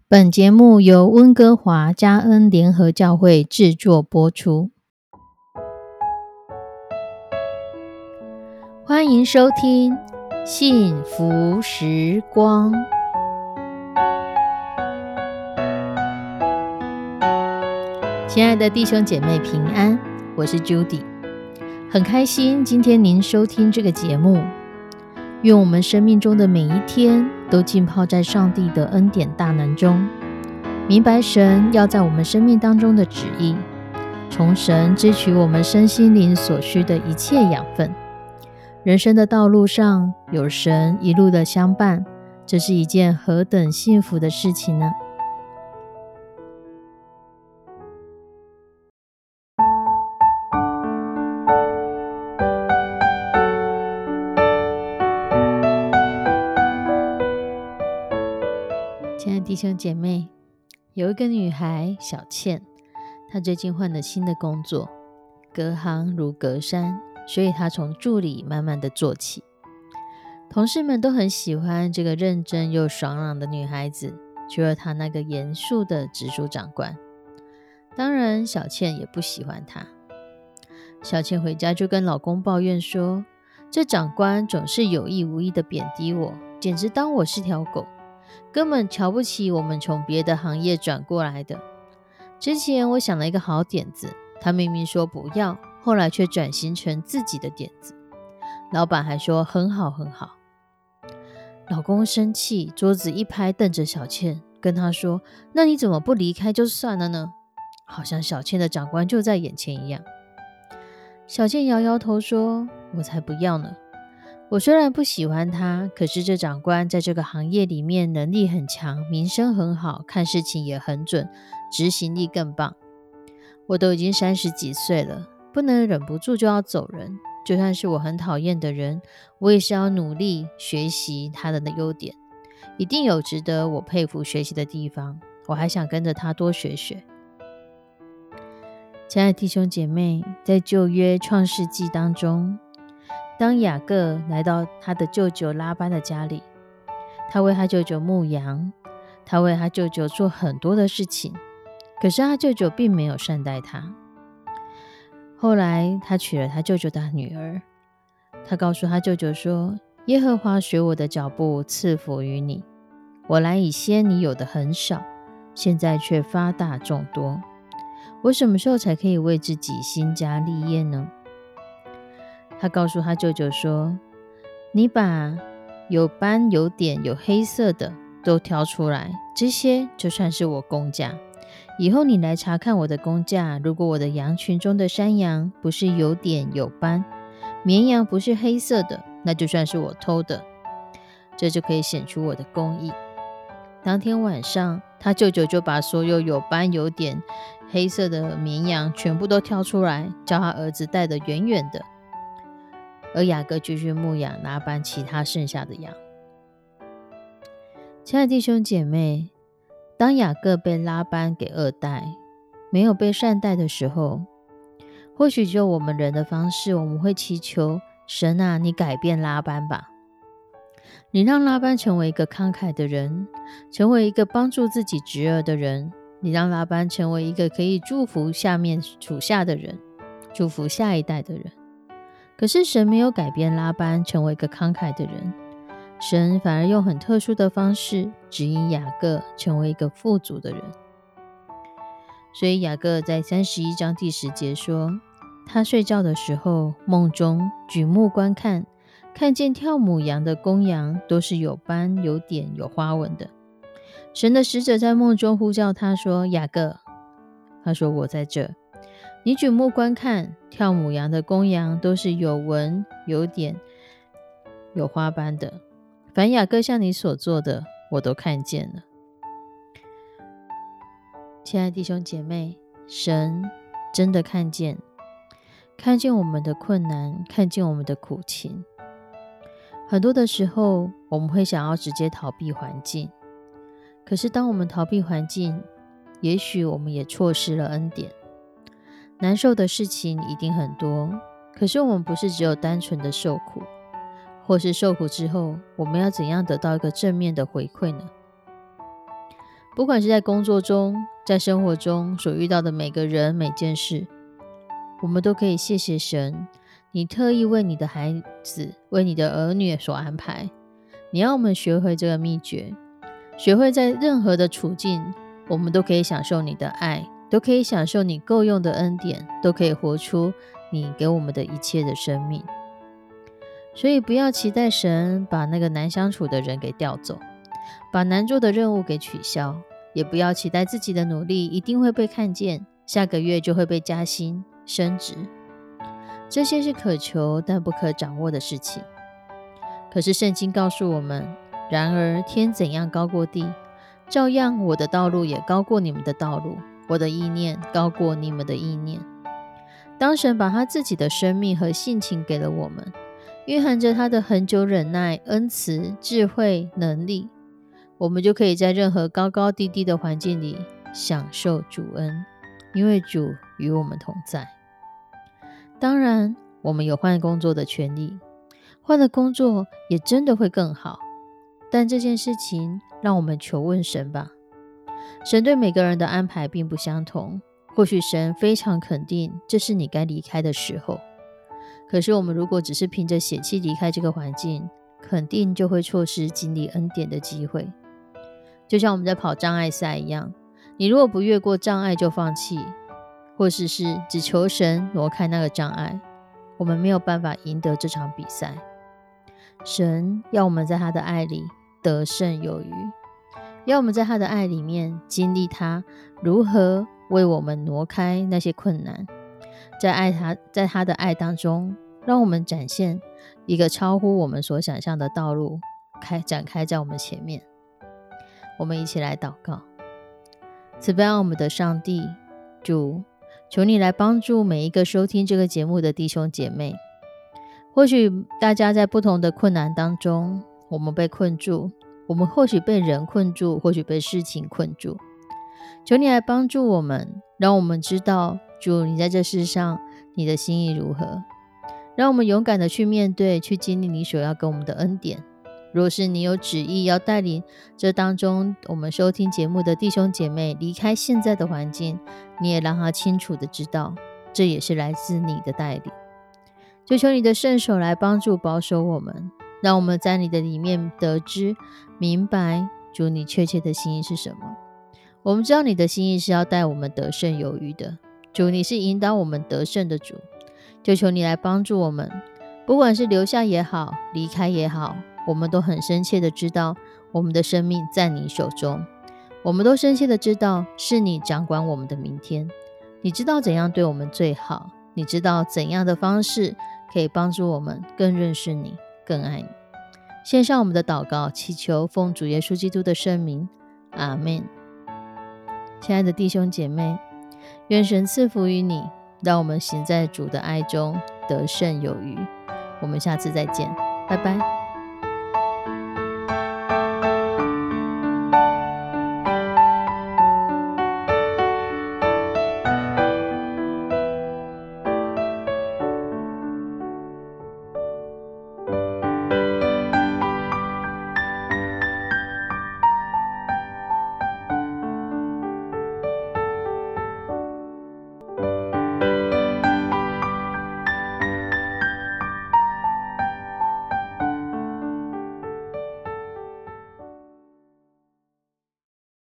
本节目由温哥华嘉恩联合教会制作播出，欢迎收听幸福时光。亲爱的弟兄姐妹平安，我是 Judy， 很开心今天您收听这个节目。愿我们生命中的每一天都浸泡在上帝的恩典大能中，明白神要在我们生命当中的旨意，从神支取我们身心灵所需的一切养分。人生的道路上有神一路的相伴，这是一件何等幸福的事情呢？亲爱的弟兄姐妹，有一个女孩小倩，她最近换了新的工作，隔行如隔山，所以她从助理慢慢的做起。同事们都很喜欢这个认真又爽朗的女孩子，除了她那个严肃的直属长官。当然小倩也不喜欢她。小倩回家就跟老公抱怨说，这长官总是有意无意的贬低我，简直当我是条狗，根本瞧不起我们从别的行业转过来的。之前我想了一个好点子，他明明说不要，后来却转型成自己的点子。老板还说很好很好。老公生气，桌子一拍，瞪着小倩，跟她说，那你怎么不离开就算了呢？好像小倩的长官就在眼前一样。小倩摇摇头说，我才不要呢。我虽然不喜欢他，可是这长官在这个行业里面能力很强，名声很好，看事情也很准，执行力更棒。我都已经30几岁了，不能忍不住就要走人。就算是我很讨厌的人，我也是要努力学习他的优点，一定有值得我佩服学习的地方，我还想跟着他多学学。亲爱的弟兄姐妹，在旧约创世纪当中，当雅各来到他的舅舅拉班的家里，他为他舅舅牧羊，他为他舅舅做很多的事情，可是他舅舅并没有善待他。后来他娶了他舅舅的女儿，他告诉他舅舅说，耶和华随我的脚步赐福于你，我来以先你有的很少，现在却发大众多，我什么时候才可以为自己兴家立业呢？他告诉他舅舅说，你把有斑有点有黑色的都挑出来，这些就算是我公价。以后你来查看我的公价，如果我的羊群中的山羊不是有点有斑，绵羊不是黑色的，那就算是我偷的，这就可以显出我的公义。当天晚上，他舅舅就把所有有斑有点黑色的绵羊全部都挑出来，叫他儿子带得远远的，而雅各继续牧养拉班其他剩下的羊。亲爱的弟兄姐妹，当雅各被拉班给恶待，没有被善待的时候，或许就我们人的方式，我们会祈求神啊，你改变拉班吧，你让拉班成为一个慷慨的人，成为一个帮助自己侄儿的人，你让拉班成为一个可以祝福下面属下的人，祝福下一代的人。可是神没有改变拉班成为一个慷慨的人，神反而用很特殊的方式指引雅各成为一个富足的人。所以雅各在31章第10节说，他睡觉的时候，梦中举目观看，看见跳母羊的公羊都是有斑有点有花纹的。神的使者在梦中呼叫他说，雅各。他说，我在这。你举目观看，跳母羊的公羊都是有纹有点有花斑的，凡雅各向你所做的，我都看见了。亲爱的弟兄姐妹，神真的看见我们的困难，看见我们的苦情。很多的时候，我们会想要直接逃避环境，可是当我们逃避环境，也许我们也错失了恩典。难受的事情一定很多，可是我们不是只有单纯的受苦，或是受苦之后，我们要怎样得到一个正面的回馈呢？ 不管是在工作中，在生活中所遇到的每个人每件事，我们都可以谢谢神，你特意为你的孩子，为你的儿女所安排。你让我们学会这个秘诀，学会在任何的处境，我们都可以享受你的爱，都可以享受你够用的恩典，都可以活出你给我们的一切的生命。所以不要期待神把那个难相处的人给调走，把难做的任务给取消，也不要期待自己的努力一定会被看见，下个月就会被加薪升职。这些是可求但不可掌握的事情。可是圣经告诉我们，然而天怎样高过地，照样我的道路也高过你们的道路，我的意念高过你们的意念。当神把他自己的生命和性情给了我们，蕴含着他的恒久忍耐、恩慈、智慧、能力，我们就可以在任何高高低低的环境里享受主恩，因为主与我们同在。当然，我们有换工作的权利，换了工作也真的会更好，但这件事情让我们求问神吧。神对每个人的安排并不相同，或许神非常肯定这是你该离开的时候，可是我们如果只是凭着血气离开这个环境，肯定就会错失经历恩典的机会。就像我们在跑障碍赛一样，你如果不越过障碍就放弃，或是只求神挪开那个障碍，我们没有办法赢得这场比赛。神要我们在他的爱里得胜有余，要我们在他的爱里面经历他如何为我们挪开那些困难，在他的爱当中，让我们展现一个超乎我们所想象的道路展开在我们前面。我们一起来祷告。慈悲爱我们的上帝，主，求你来帮助每一个收听这个节目的弟兄姐妹。或许大家在不同的困难当中，我们被困住，我们或许被人困住，或许被事情困住。求你来帮助我们，让我们知道主你在这世上你的心意如何，让我们勇敢的去面对，去经历你所要给我们的恩典。若是你有旨意要带领这当中我们收听节目的弟兄姐妹离开现在的环境，你也让他清楚的知道，这也是来自你的带领。就求你的圣手来帮助保守我们，让我们在你的里面得知明白主你确切的心意是什么。我们知道你的心意是要带我们得胜有余的，主你是引导我们得胜的主，就求你来帮助我们，不管是留下也好，离开也好，我们都很深切的知道我们的生命在你手中，我们都深切的知道是你掌管我们的明天，你知道怎样对我们最好，你知道怎样的方式可以帮助我们更认识你，更爱你。献上我们的祷告，祈求奉主耶稣基督的圣名，阿们。亲爱的弟兄姐妹，愿神赐福于你，让我们行在主的爱中得胜有余。我们下次再见，拜拜。